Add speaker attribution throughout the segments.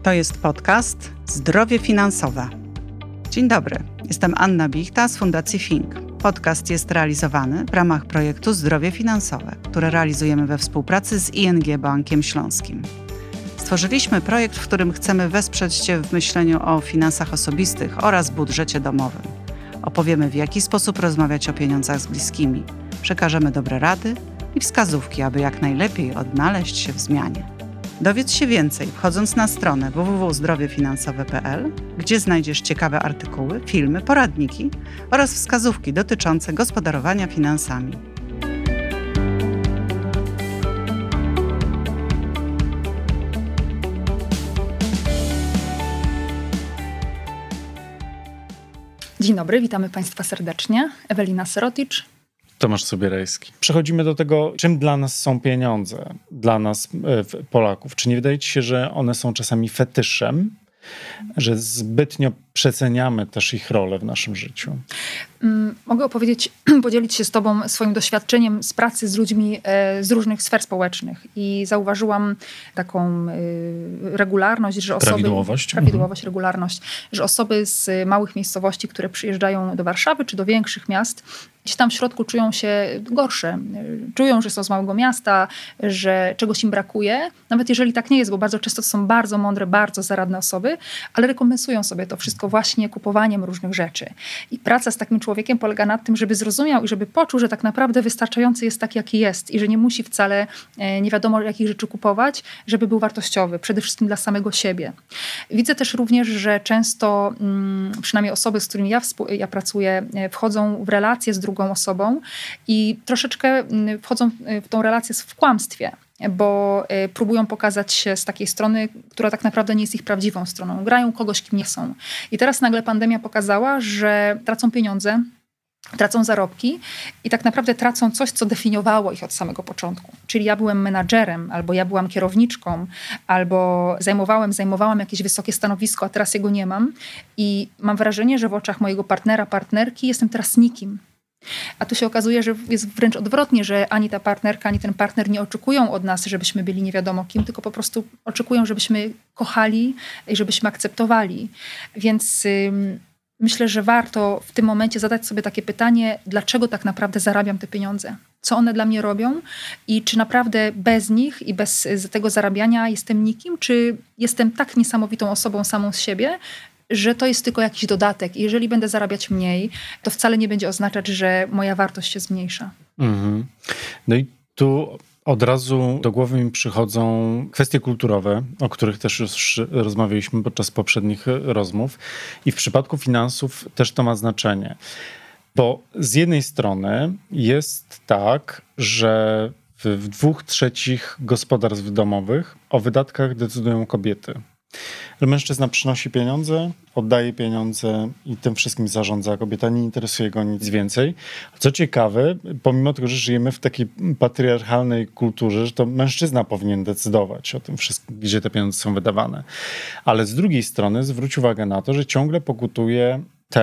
Speaker 1: To jest podcast Zdrowie Finansowe. Dzień dobry, jestem Anna Bichta z Fundacji Fink. Podcast jest realizowany w ramach projektu Zdrowie Finansowe, które realizujemy we współpracy z ING Bankiem Śląskim. Stworzyliśmy projekt, w którym chcemy wesprzeć Cię w myśleniu o finansach osobistych oraz budżecie domowym. Opowiemy, w jaki sposób rozmawiać o pieniądzach z bliskimi. Przekażemy dobre rady i wskazówki, aby jak najlepiej odnaleźć się w zmianie. Dowiedz się więcej, wchodząc na stronę www.zdrowiefinansowe.pl, gdzie znajdziesz ciekawe artykuły, filmy, poradniki oraz wskazówki dotyczące gospodarowania finansami.
Speaker 2: Dzień dobry, witamy Państwa serdecznie. Ewelina Syrotycz.
Speaker 3: Tomasz Sobierajski. Przechodzimy do tego, czym dla nas są pieniądze, dla nas Polaków. Czy nie wydaje ci się, że one są czasami fetyszem, że zbytnio przeceniamy też ich rolę w naszym życiu?
Speaker 2: Mogę podzielić się z Tobą swoim doświadczeniem z pracy z ludźmi z różnych sfer społecznych i zauważyłam taką regularność, że osoby... Regularność, że osoby z małych miejscowości, które przyjeżdżają do Warszawy czy do większych miast, gdzieś tam w środku czują się gorsze. Czują, że są z małego miasta, że czegoś im brakuje. Nawet jeżeli tak nie jest, bo bardzo często to są bardzo mądre, bardzo zaradne osoby, ale rekompensują sobie to wszystko właśnie kupowaniem różnych rzeczy. I praca z takim człowiekiem polega na tym, żeby zrozumiał i żeby poczuł, że tak naprawdę wystarczający jest taki, jaki jest i że nie musi wcale nie wiadomo jakich rzeczy kupować, żeby był wartościowy. Przede wszystkim dla samego siebie. Widzę też również, że często przynajmniej osoby, z którymi ja pracuję, wchodzą w relacje z drugą osobą i troszeczkę wchodzą w tą relację w kłamstwie, bo próbują pokazać się z takiej strony, która tak naprawdę nie jest ich prawdziwą stroną. Grają kogoś, kim nie są. I teraz nagle pandemia pokazała, że tracą pieniądze, tracą zarobki i tak naprawdę tracą coś, co definiowało ich od samego początku. Czyli ja byłem menadżerem, albo ja byłam kierowniczką, albo zajmowałam jakieś wysokie stanowisko, a teraz jego nie mam. I mam wrażenie, że w oczach mojego partnera, partnerki jestem teraz nikim. A tu się okazuje, że jest wręcz odwrotnie, że ani ta partnerka, ani ten partner nie oczekują od nas, żebyśmy byli nie wiadomo kim, tylko po prostu oczekują, żebyśmy kochali i żebyśmy akceptowali. Więc myślę, że warto w tym momencie zadać sobie takie pytanie, dlaczego tak naprawdę zarabiam te pieniądze? Co one dla mnie robią? I czy naprawdę bez nich i bez tego zarabiania jestem nikim? Czy jestem tak niesamowitą osobą samą z siebie, że to jest tylko jakiś dodatek. I jeżeli będę zarabiać mniej, to wcale nie będzie oznaczać, że moja wartość się zmniejsza. Mhm.
Speaker 3: No i tu od razu do głowy mi przychodzą kwestie kulturowe, o których też już rozmawialiśmy podczas poprzednich rozmów. I w przypadku finansów też to ma znaczenie. Bo z jednej strony jest tak, że w 2/3 gospodarstw domowych o wydatkach decydują kobiety. Że mężczyzna przynosi pieniądze, oddaje pieniądze i tym wszystkim zarządza, a kobieta nie interesuje go nic więcej. Co ciekawe, pomimo tego, że żyjemy w takiej patriarchalnej kulturze, że to mężczyzna powinien decydować o tym wszystkim, gdzie te pieniądze są wydawane. Ale z drugiej strony zwróć uwagę na to, że ciągle pokutuje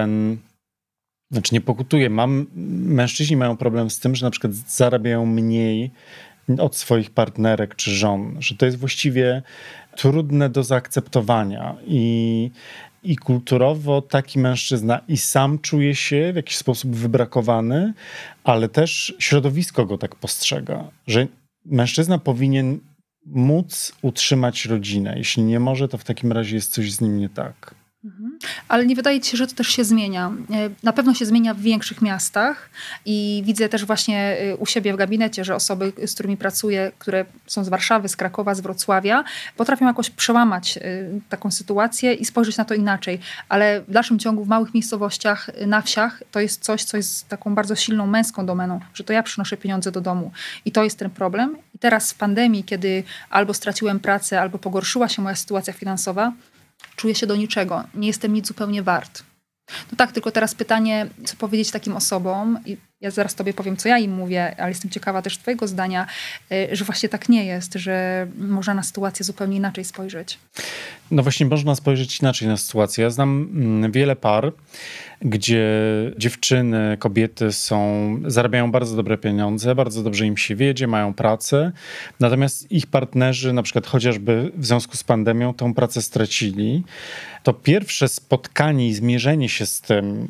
Speaker 3: mężczyźni mają problem z tym, że na przykład zarabiają mniej od swoich partnerek czy żon, że to jest właściwie trudne do zaakceptowania i kulturowo taki mężczyzna i sam czuje się w jakiś sposób wybrakowany, ale też środowisko go tak postrzega, że mężczyzna powinien móc utrzymać rodzinę. Jeśli nie może, to w takim razie jest coś z nim nie tak.
Speaker 2: Ale nie wydaje ci się, że to też się zmienia. Na pewno się zmienia w większych miastach i widzę też właśnie u siebie w gabinecie, że osoby, z którymi pracuję, które są z Warszawy, z Krakowa, z Wrocławia, potrafią jakoś przełamać taką sytuację i spojrzeć na to inaczej. Ale w dalszym ciągu w małych miejscowościach, na wsiach to jest coś, co jest taką bardzo silną męską domeną, że to ja przynoszę pieniądze do domu. I to jest ten problem. I teraz w pandemii, kiedy albo straciłem pracę, albo pogorszyła się moja sytuacja finansowa, czuję się do niczego. Nie jestem nic zupełnie wart. No tak, tylko teraz pytanie, co powiedzieć takim osobom. I Ja zaraz tobie powiem, co ja im mówię, ale jestem ciekawa też twojego zdania, że właśnie tak nie jest, że można na sytuację zupełnie inaczej spojrzeć.
Speaker 3: No właśnie można spojrzeć inaczej na sytuację. Ja znam wiele par, gdzie dziewczyny, kobiety zarabiają bardzo dobre pieniądze, bardzo dobrze im się wiedzie, mają pracę, natomiast ich partnerzy, na przykład chociażby w związku z pandemią, tą pracę stracili. To pierwsze spotkanie i zmierzenie się z tym,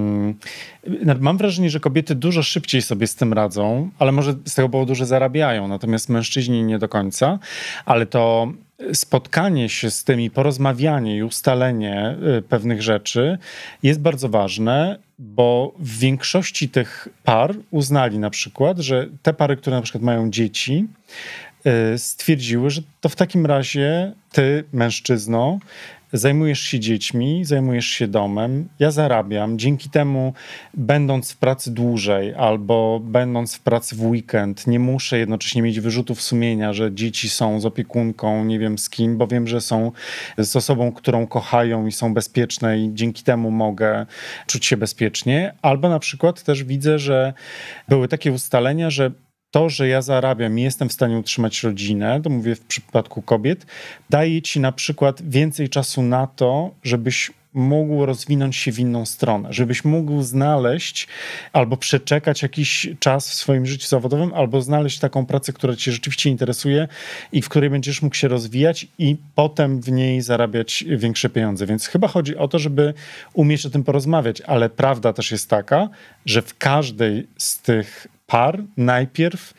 Speaker 3: mam wrażenie, że kobiety dużo szybciej sobie z tym radzą, ale może z tego powodu, że zarabiają, natomiast mężczyźni nie do końca, ale to spotkanie się z tym i porozmawianie i ustalenie pewnych rzeczy jest bardzo ważne, bo w większości tych par uznali na przykład, że te pary, które na przykład mają dzieci, stwierdziły, że to w takim razie ty, mężczyzno, zajmujesz się dziećmi, zajmujesz się domem, ja zarabiam. Dzięki temu, będąc w pracy dłużej albo będąc w pracy w weekend, nie muszę jednocześnie mieć wyrzutów sumienia, że dzieci są z opiekunką, nie wiem z kim, bo wiem, że są z osobą, którą kochają i są bezpieczne i dzięki temu mogę czuć się bezpiecznie. Albo na przykład też widzę, że były takie ustalenia, że to, że ja zarabiam i jestem w stanie utrzymać rodzinę, to mówię w przypadku kobiet, daje ci na przykład więcej czasu na to, żebyś mógł rozwinąć się w inną stronę, żebyś mógł znaleźć albo przeczekać jakiś czas w swoim życiu zawodowym, albo znaleźć taką pracę, która cię rzeczywiście interesuje i w której będziesz mógł się rozwijać i potem w niej zarabiać większe pieniądze. Więc chyba chodzi o to, żeby umieć o tym porozmawiać, ale prawda też jest taka, że w każdej z tych par najpierw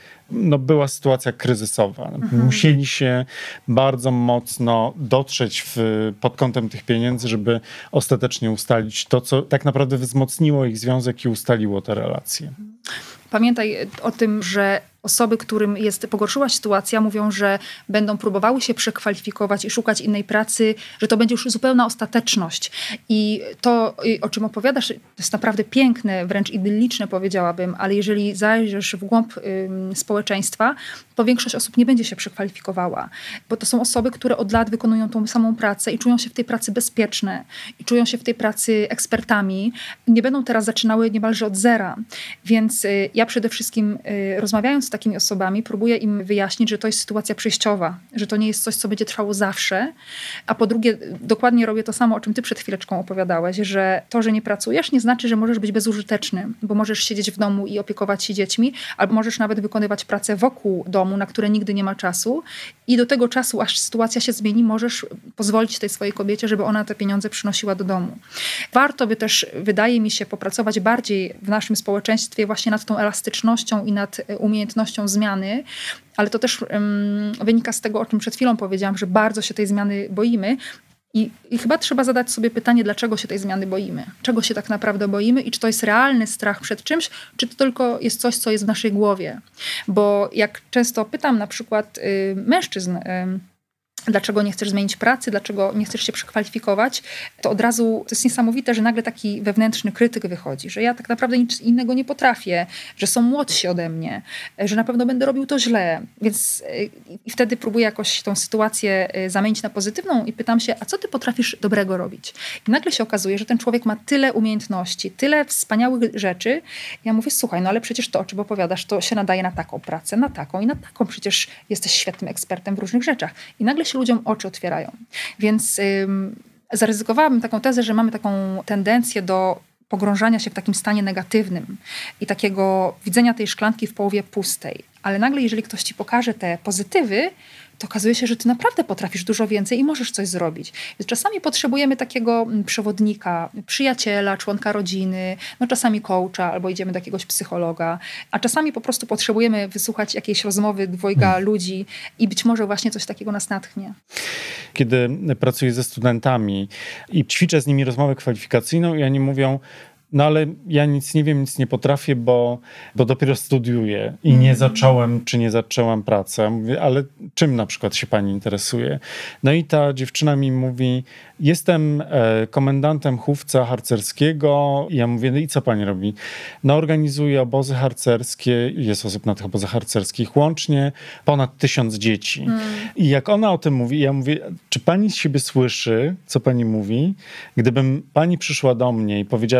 Speaker 3: była sytuacja kryzysowa. Musieli się bardzo mocno dotrzeć pod kątem tych pieniędzy, żeby ostatecznie ustalić to, co tak naprawdę wzmocniło ich związek i ustaliło te relacje.
Speaker 2: Pamiętaj o tym, że osoby, którym pogorszyła sytuacja, mówią, że będą próbowały się przekwalifikować i szukać innej pracy, że to będzie już zupełna ostateczność. I to, o czym opowiadasz, to jest naprawdę piękne, wręcz idylliczne, powiedziałabym, ale jeżeli zajrzysz w głąb społeczeństwa, to większość osób nie będzie się przekwalifikowała. Bo to są osoby, które od lat wykonują tą samą pracę i czują się w tej pracy bezpieczne i czują się w tej pracy ekspertami. Nie będą teraz zaczynały niemalże od zera. Więc ja przede wszystkim rozmawiając z takimi osobami, próbuję im wyjaśnić, że to jest sytuacja przejściowa, że to nie jest coś, co będzie trwało zawsze. A po drugie, dokładnie robię to samo, o czym ty przed chwileczką opowiadałeś, że to, że nie pracujesz, nie znaczy, że możesz być bezużyteczny, bo możesz siedzieć w domu i opiekować się dziećmi, albo możesz nawet wykonywać pracę wokół domu, na które nigdy nie ma czasu i do tego czasu, aż sytuacja się zmieni, możesz pozwolić tej swojej kobiecie, żeby ona te pieniądze przynosiła do domu. Warto by też, wydaje mi się, popracować bardziej w naszym społeczeństwie właśnie nad tą elastycznością i nad umiejętnością zmiany, ale to też wynika z tego, o czym przed chwilą powiedziałam, że bardzo się tej zmiany boimy. I chyba trzeba zadać sobie pytanie, dlaczego się tej zmiany boimy? Czego się tak naprawdę boimy i czy to jest realny strach przed czymś, czy to tylko jest coś, co jest w naszej głowie? Bo jak często pytam na przykład mężczyzn, dlaczego nie chcesz zmienić pracy, dlaczego nie chcesz się przekwalifikować, to od razu to jest niesamowite, że nagle taki wewnętrzny krytyk wychodzi, że ja tak naprawdę nic innego nie potrafię, że są młodsi ode mnie, że na pewno będę robił to źle. Więc i wtedy próbuję jakoś tą sytuację zamienić na pozytywną i pytam się, a co ty potrafisz dobrego robić? I nagle się okazuje, że ten człowiek ma tyle umiejętności, tyle wspaniałych rzeczy. Ja mówię, słuchaj, no ale przecież to, o czym opowiadasz, to się nadaje na taką pracę, na taką i na taką. Przecież jesteś świetnym ekspertem w różnych rzeczach. I nagle się ludziom oczy otwierają. Więc zaryzykowałabym taką tezę, że mamy taką tendencję do pogrążania się w takim stanie negatywnym i takiego widzenia tej szklanki w połowie pustej. Ale nagle, jeżeli ktoś ci pokaże te pozytywy, to okazuje się, że ty naprawdę potrafisz dużo więcej i możesz coś zrobić. Więc czasami potrzebujemy takiego przewodnika, przyjaciela, członka rodziny, czasami coacha, albo idziemy do jakiegoś psychologa, a czasami po prostu potrzebujemy wysłuchać jakiejś rozmowy dwojga ludzi i być może właśnie coś takiego nas natchnie.
Speaker 3: Kiedy pracuję ze studentami i ćwiczę z nimi rozmowę kwalifikacyjną i oni mówią, no ale ja nic nie wiem, nic nie potrafię, bo dopiero studiuję i nie zacząłem, czy nie zaczęłam pracę. Mówię, ale czym na przykład się pani interesuje? No i ta dziewczyna mi mówi, jestem komendantem chówca harcerskiego. I ja mówię, no i co pani robi? No organizuję obozy harcerskie, jest osób na tych obozach harcerskich, łącznie ponad 1000 dzieci. I jak ona o tym mówi, ja mówię, czy pani z siebie słyszy, co pani mówi? Gdybym pani przyszła do mnie i powiedziała, że pani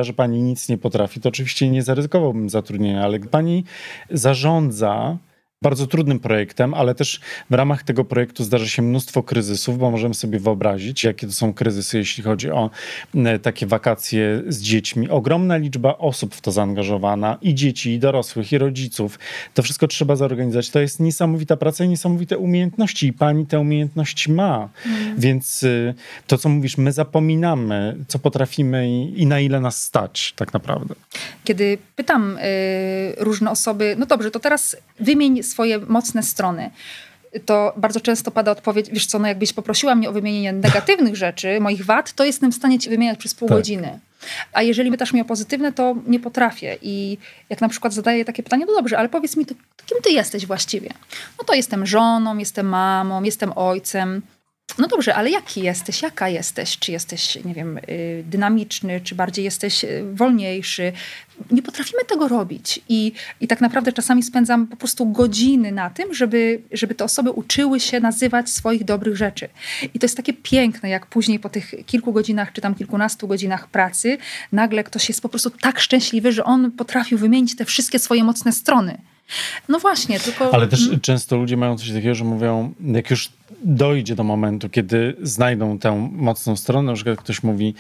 Speaker 3: nic nie potrafi, to oczywiście nie zaryzykowałbym zatrudnienia, ale pani zarządza bardzo trudnym projektem, ale też w ramach tego projektu zdarza się mnóstwo kryzysów, bo możemy sobie wyobrazić, jakie to są kryzysy, jeśli chodzi o takie wakacje z dziećmi. Ogromna liczba osób w to zaangażowana, i dzieci, i dorosłych, i rodziców. To wszystko trzeba zorganizować. To jest niesamowita praca i niesamowite umiejętności i pani te umiejętności ma. Więc to, co mówisz, my zapominamy, co potrafimy i na ile nas stać tak naprawdę.
Speaker 2: Kiedy pytam różne osoby, no dobrze, to teraz wymień swoje mocne strony, to bardzo często pada odpowiedź, wiesz co, no jakbyś poprosiła mnie o wymienienie negatywnych rzeczy, moich wad, to jestem w stanie ci wymieniać przez pół godziny. A jeżeli pytasz mnie o pozytywne, to nie potrafię. I jak na przykład zadaję takie pytanie, no dobrze, ale powiedz mi, to kim ty jesteś właściwie? No to jestem żoną, jestem mamą, jestem ojcem. No dobrze, ale jaki jesteś? Jaka jesteś? Czy jesteś, nie wiem, dynamiczny, czy bardziej jesteś wolniejszy? Nie potrafimy tego robić. I tak naprawdę czasami spędzam po prostu godziny na tym, żeby te osoby uczyły się nazywać swoich dobrych rzeczy. I to jest takie piękne, jak później po tych kilku godzinach, czy tam kilkunastu godzinach pracy, nagle ktoś jest po prostu tak szczęśliwy, że on potrafił wymienić te wszystkie swoje mocne strony. No właśnie, tylko...
Speaker 3: Ale też często ludzie mają coś takiego, że mówią, jak już dojdzie do momentu, kiedy znajdą tę mocną stronę, na przykład ktoś mówi,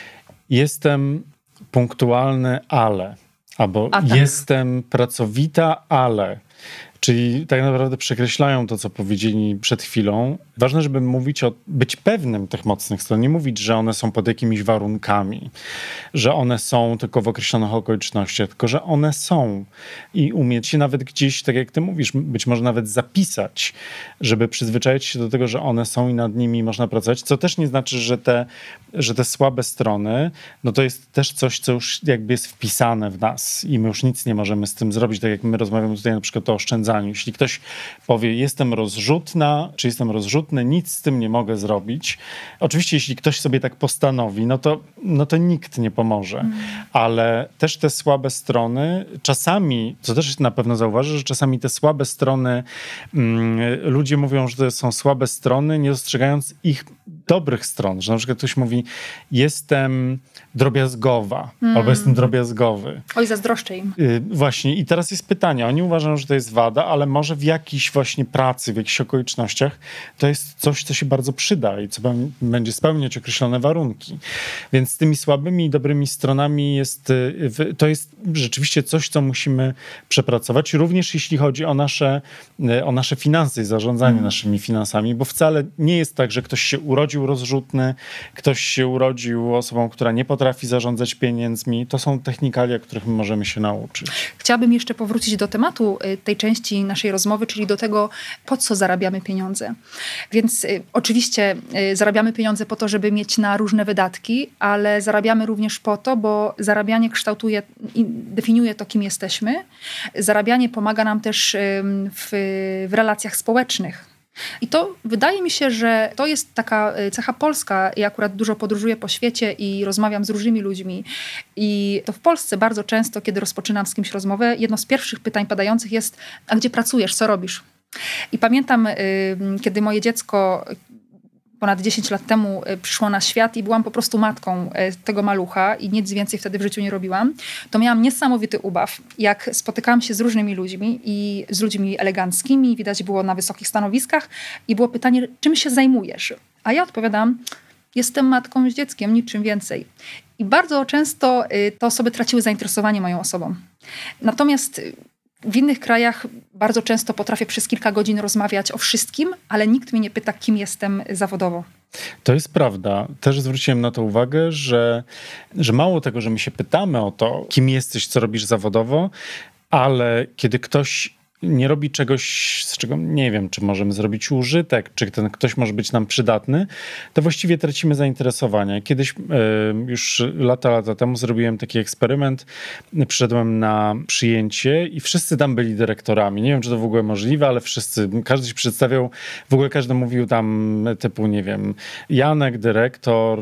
Speaker 3: jestem punktualny, ale, albo jestem pracowita, ale. Czyli tak naprawdę przekreślają to, co powiedzieli przed chwilą. Ważne, żeby być pewnym tych mocnych stron. Nie mówić, że one są pod jakimiś warunkami, że one są tylko w określonych okolicznościach, tylko że one są. I umieć się nawet gdzieś, tak jak ty mówisz, być może nawet zapisać, żeby przyzwyczaić się do tego, że one są i nad nimi można pracować. Co też nie znaczy, że te słabe strony, no to jest też coś, co już jakby jest wpisane w nas i my już nic nie możemy z tym zrobić. Tak jak my rozmawiamy tutaj na przykład o oszczędzaniu. Jeśli ktoś powie, jestem rozrzutna, czy jestem rozrzutny, nic z tym nie mogę zrobić. Oczywiście, jeśli ktoś sobie tak postanowi, no to nikt nie pomoże. Ale też te słabe strony, czasami, co też na pewno zauważy, że czasami te słabe strony, ludzie mówią, że to są słabe strony, nie dostrzegając ich dobrych stron. Że na przykład ktoś mówi, jestem drobiazgowa, albo jestem drobiazgowy.
Speaker 2: Oj, zazdroszczę im.
Speaker 3: Właśnie. I teraz jest pytanie. Oni uważają, że to jest wada, ale może w jakiejś właśnie pracy, w jakichś okolicznościach to jest coś, co się bardzo przyda i co będzie spełniać określone warunki. Więc z tymi słabymi i dobrymi stronami to jest rzeczywiście coś, co musimy przepracować. Również jeśli chodzi o nasze finanse i zarządzanie naszymi finansami, bo wcale nie jest tak, że ktoś się urodził rozrzutny, ktoś się urodził osobą, która nie potrafi zarządzać pieniędzmi. To są technikalia, których my możemy się nauczyć.
Speaker 2: Chciałabym jeszcze powrócić do tematu tej części naszej rozmowy, czyli do tego, po co zarabiamy pieniądze. Więc oczywiście zarabiamy pieniądze po to, żeby mieć na różne wydatki, ale zarabiamy również po to, bo zarabianie kształtuje i definiuje to, kim jesteśmy. Zarabianie pomaga nam też w relacjach społecznych. I to wydaje mi się, że to jest taka cecha polska. Ja akurat dużo podróżuję po świecie i rozmawiam z różnymi ludźmi. I to w Polsce bardzo często, kiedy rozpoczynam z kimś rozmowę, jedno z pierwszych pytań padających jest, a gdzie pracujesz, co robisz? I pamiętam, kiedy moje dziecko ponad 10 lat temu przyszło na świat i byłam po prostu matką tego malucha i nic więcej wtedy w życiu nie robiłam, to miałam niesamowity ubaw. Jak spotykałam się z różnymi ludźmi i z ludźmi eleganckimi, widać było na wysokich stanowiskach i było pytanie, czym się zajmujesz? A ja odpowiadam, jestem matką z dzieckiem, niczym więcej. I bardzo często te osoby traciły zainteresowanie moją osobą. Natomiast w innych krajach bardzo często potrafię przez kilka godzin rozmawiać o wszystkim, ale nikt mnie nie pyta, kim jestem zawodowo.
Speaker 3: To jest prawda. Też zwróciłem na to uwagę, że mało tego, że my się pytamy o to, kim jesteś, co robisz zawodowo, ale kiedy ktoś nie robi czegoś, z czego nie wiem, czy możemy zrobić użytek, czy ten ktoś może być nam przydatny, to właściwie tracimy zainteresowanie. Kiedyś, już lata temu zrobiłem taki eksperyment, przyszedłem na przyjęcie i wszyscy tam byli dyrektorami. Nie wiem, czy to w ogóle możliwe, ale każdy się przedstawiał, w ogóle każdy mówił tam typu, nie wiem, Janek, dyrektor,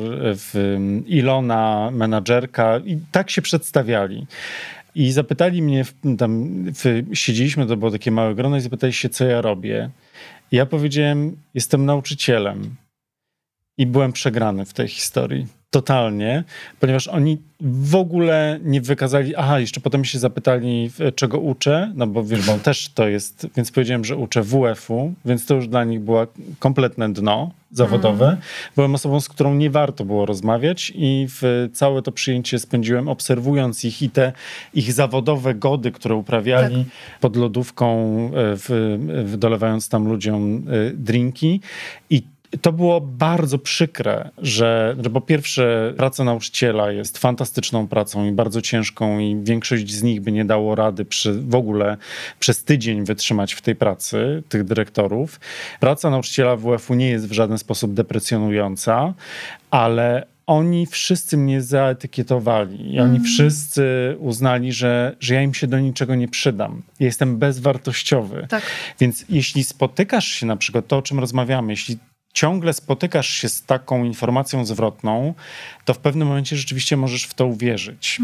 Speaker 3: Ilona, menadżerka i tak się przedstawiali. I zapytali mnie, siedzieliśmy, to było takie małe grono i zapytali się, co ja robię. I ja powiedziałem, jestem nauczycielem. i byłem przegrany w tej historii. Totalnie, ponieważ oni w ogóle nie wykazali, jeszcze potem się zapytali, czego uczę, no bo wiesz, bo też to jest, więc powiedziałem, że uczę WF-u, więc to już dla nich było kompletne dno zawodowe. Byłem osobą, z którą nie warto było rozmawiać i całe to przyjęcie spędziłem obserwując ich i te ich zawodowe gody, które uprawiali pod lodówką, dolewając tam ludziom drinki i to było bardzo przykre, że po pierwsze praca nauczyciela jest fantastyczną pracą i bardzo ciężką i większość z nich by nie dało rady w ogóle przez tydzień wytrzymać w tej pracy, tych dyrektorów. Praca nauczyciela WF-u nie jest w żaden sposób deprecjonująca, ale oni wszyscy mnie zaetykietowali i oni wszyscy uznali, że ja im się do niczego nie przydam. Ja jestem bezwartościowy.
Speaker 2: Tak.
Speaker 3: Więc jeśli spotykasz się na przykład, to o czym rozmawiamy, jeśli ciągle spotykasz się z taką informacją zwrotną, to w pewnym momencie rzeczywiście możesz w to uwierzyć.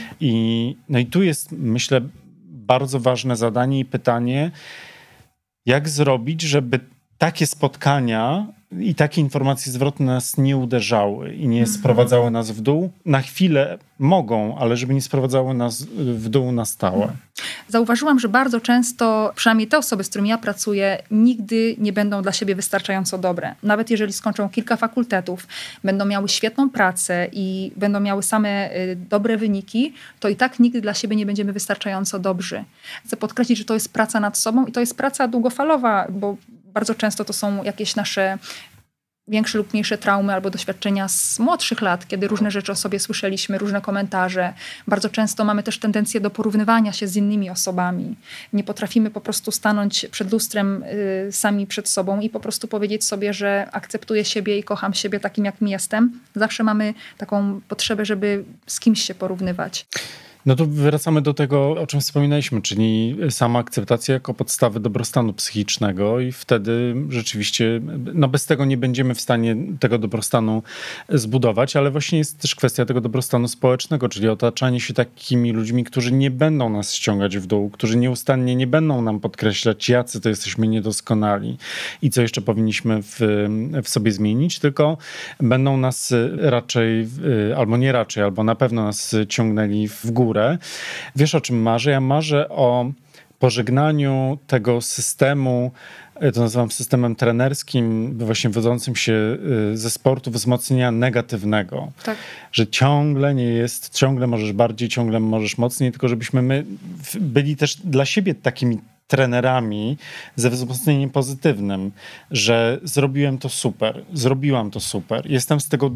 Speaker 3: I tu jest, myślę, bardzo ważne zadanie i pytanie, jak zrobić, żeby takie spotkania i takie informacje zwrotne nas nie uderzały i nie sprowadzały nas w dół. Na chwilę mogą, ale żeby nie sprowadzały nas w dół na stałe.
Speaker 2: Zauważyłam, że bardzo często, przynajmniej te osoby, z którymi ja pracuję, nigdy nie będą dla siebie wystarczająco dobre. Nawet jeżeli skończą kilka fakultetów, będą miały świetną pracę i będą miały same dobre wyniki, to i tak nigdy dla siebie nie będziemy wystarczająco dobrzy. Chcę podkreślić, że to jest praca nad sobą i to jest praca długofalowa, bo bardzo często to są jakieś nasze większe lub mniejsze traumy albo doświadczenia z młodszych lat, kiedy różne rzeczy o sobie słyszeliśmy, różne komentarze. Bardzo często mamy też tendencję do porównywania się z innymi osobami. Nie potrafimy po prostu stanąć przed lustrem sami przed sobą i po prostu powiedzieć sobie, że akceptuję siebie i kocham siebie takim, jakim jestem. Zawsze mamy taką potrzebę, żeby z kimś się porównywać.
Speaker 3: No to wracamy do tego, o czym wspominaliśmy, czyli sama akceptacja jako podstawy dobrostanu psychicznego i wtedy rzeczywiście, bez tego nie będziemy w stanie tego dobrostanu zbudować, ale właśnie jest też kwestia tego dobrostanu społecznego, czyli otaczanie się takimi ludźmi, którzy nie będą nas ściągać w dół, którzy nieustannie nie będą nam podkreślać, jacy to jesteśmy niedoskonali i co jeszcze powinniśmy w sobie zmienić, tylko będą nas raczej, albo nie raczej, albo na pewno nas ciągnęli w górę. Wiesz, o czym marzę? Ja marzę o pożegnaniu tego systemu, to nazywam systemem trenerskim, właśnie wywodzącym się ze sportu wzmocnienia negatywnego.
Speaker 2: Tak.
Speaker 3: Że ciągle możesz bardziej, ciągle możesz mocniej, tylko żebyśmy my byli też dla siebie takimi trenerami ze wzmocnieniem pozytywnym, że zrobiłam to super, jestem z tego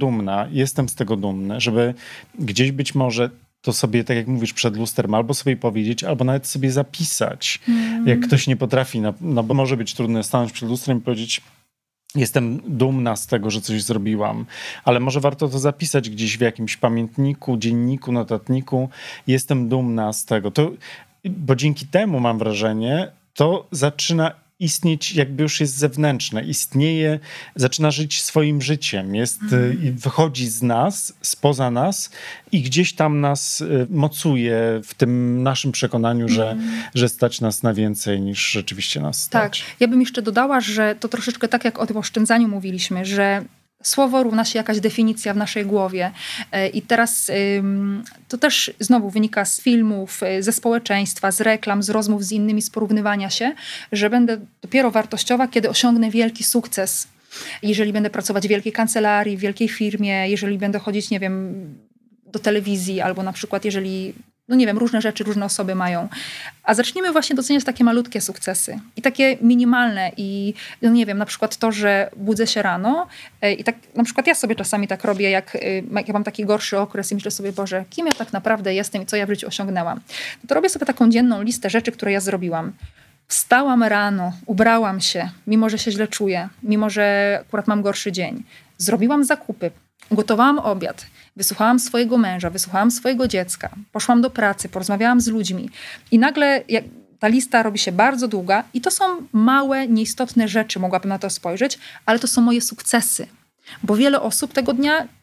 Speaker 3: dumny, żeby gdzieś być może to sobie, tak jak mówisz, przed lustrem albo sobie powiedzieć, albo nawet sobie zapisać. Jak ktoś nie potrafi, bo może być trudno stanąć przed lustrem i powiedzieć, jestem dumna z tego, że coś zrobiłam, ale może warto to zapisać gdzieś w jakimś pamiętniku, dzienniku, notatniku. Jestem dumna z tego. Bo dzięki temu, mam wrażenie, to zaczyna istnieć, jakby już jest zewnętrzne, istnieje, zaczyna żyć swoim życiem, wychodzi z nas, spoza nas i gdzieś tam nas mocuje w tym naszym przekonaniu, że stać nas na więcej niż rzeczywiście nas stać.
Speaker 2: Tak, ja bym jeszcze dodała, że to troszeczkę tak jak o tym oszczędzaniu mówiliśmy, że słowo równa się jakaś definicja w naszej głowie. I teraz to też znowu wynika z filmów, ze społeczeństwa, z reklam, z rozmów z innymi, z porównywania się, że będę dopiero wartościowa, kiedy osiągnę wielki sukces. Jeżeli będę pracować w wielkiej kancelarii, w wielkiej firmie, jeżeli będę chodzić, nie wiem, do telewizji, albo na przykład jeżeli różne rzeczy, różne osoby mają. A zacznijmy właśnie doceniać takie malutkie sukcesy. I takie minimalne. I na przykład to, że budzę się rano i tak na przykład ja sobie czasami tak robię, jak ja mam taki gorszy okres i myślę sobie, Boże, kim ja tak naprawdę jestem i co ja w życiu osiągnęłam. To robię sobie taką dzienną listę rzeczy, które ja zrobiłam. Wstałam rano, ubrałam się, mimo że się źle czuję, mimo że akurat mam gorszy dzień. Zrobiłam zakupy, ugotowałam obiad, wysłuchałam swojego męża, wysłuchałam swojego dziecka, poszłam do pracy, porozmawiałam z ludźmi i nagle ta lista robi się bardzo długa i to są małe, nieistotne rzeczy, mogłabym na to spojrzeć, ale to są moje sukcesy. Bo wiele osób tego dnia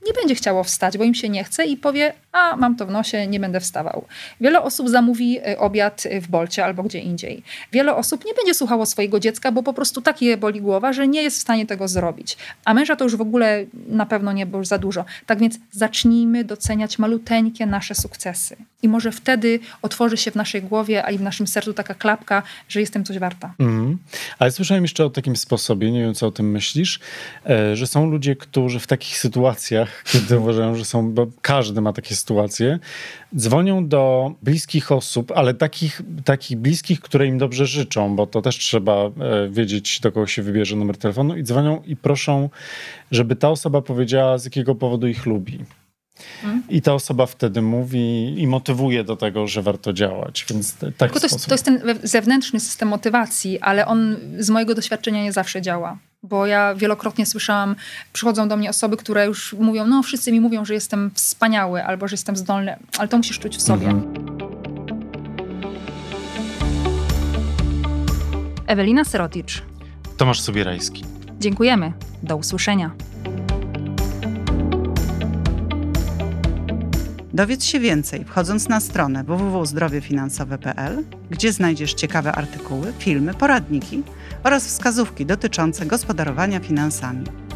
Speaker 2: nie będzie chciało wstać, bo im się nie chce i powie, a mam to w nosie, nie będę wstawał. Wiele osób zamówi obiad w Bolcie albo gdzie indziej. Wiele osób nie będzie słuchało swojego dziecka, bo po prostu tak je boli głowa, że nie jest w stanie tego zrobić. A męża to już w ogóle na pewno nie, bo już za dużo. Tak więc zacznijmy doceniać maluteńkie nasze sukcesy. I może wtedy otworzy się w naszej głowie, a i w naszym sercu taka klapka, że jestem coś warta.
Speaker 3: Ale słyszałem jeszcze o takim sposobie, nie wiem co o tym myślisz, że są ludzie, którzy w takich sytuacjach, kiedy uważają, że są, bo każdy ma takie sytuacje, dzwonią do bliskich osób, ale takich bliskich, które im dobrze życzą, bo to też trzeba wiedzieć, do kogo się wybierze numer telefonu, i dzwonią i proszą, żeby ta osoba powiedziała, z jakiego powodu ich lubi. I ta osoba wtedy mówi i motywuje do tego, że warto działać. Więc taki sposób.
Speaker 2: To jest ten zewnętrzny system motywacji, ale on z mojego doświadczenia nie zawsze działa. Bo ja wielokrotnie słyszałam, przychodzą do mnie osoby, które już mówią, no wszyscy mi mówią, że jestem wspaniały albo że jestem zdolny, ale to musisz czuć w sobie. Ewelina Syroticz.
Speaker 3: Tomasz Sobierajski.
Speaker 2: Dziękujemy. Do usłyszenia.
Speaker 1: Dowiedz się więcej, wchodząc na stronę www.zdrowiefinansowe.pl, gdzie znajdziesz ciekawe artykuły, filmy, poradniki oraz wskazówki dotyczące gospodarowania finansami.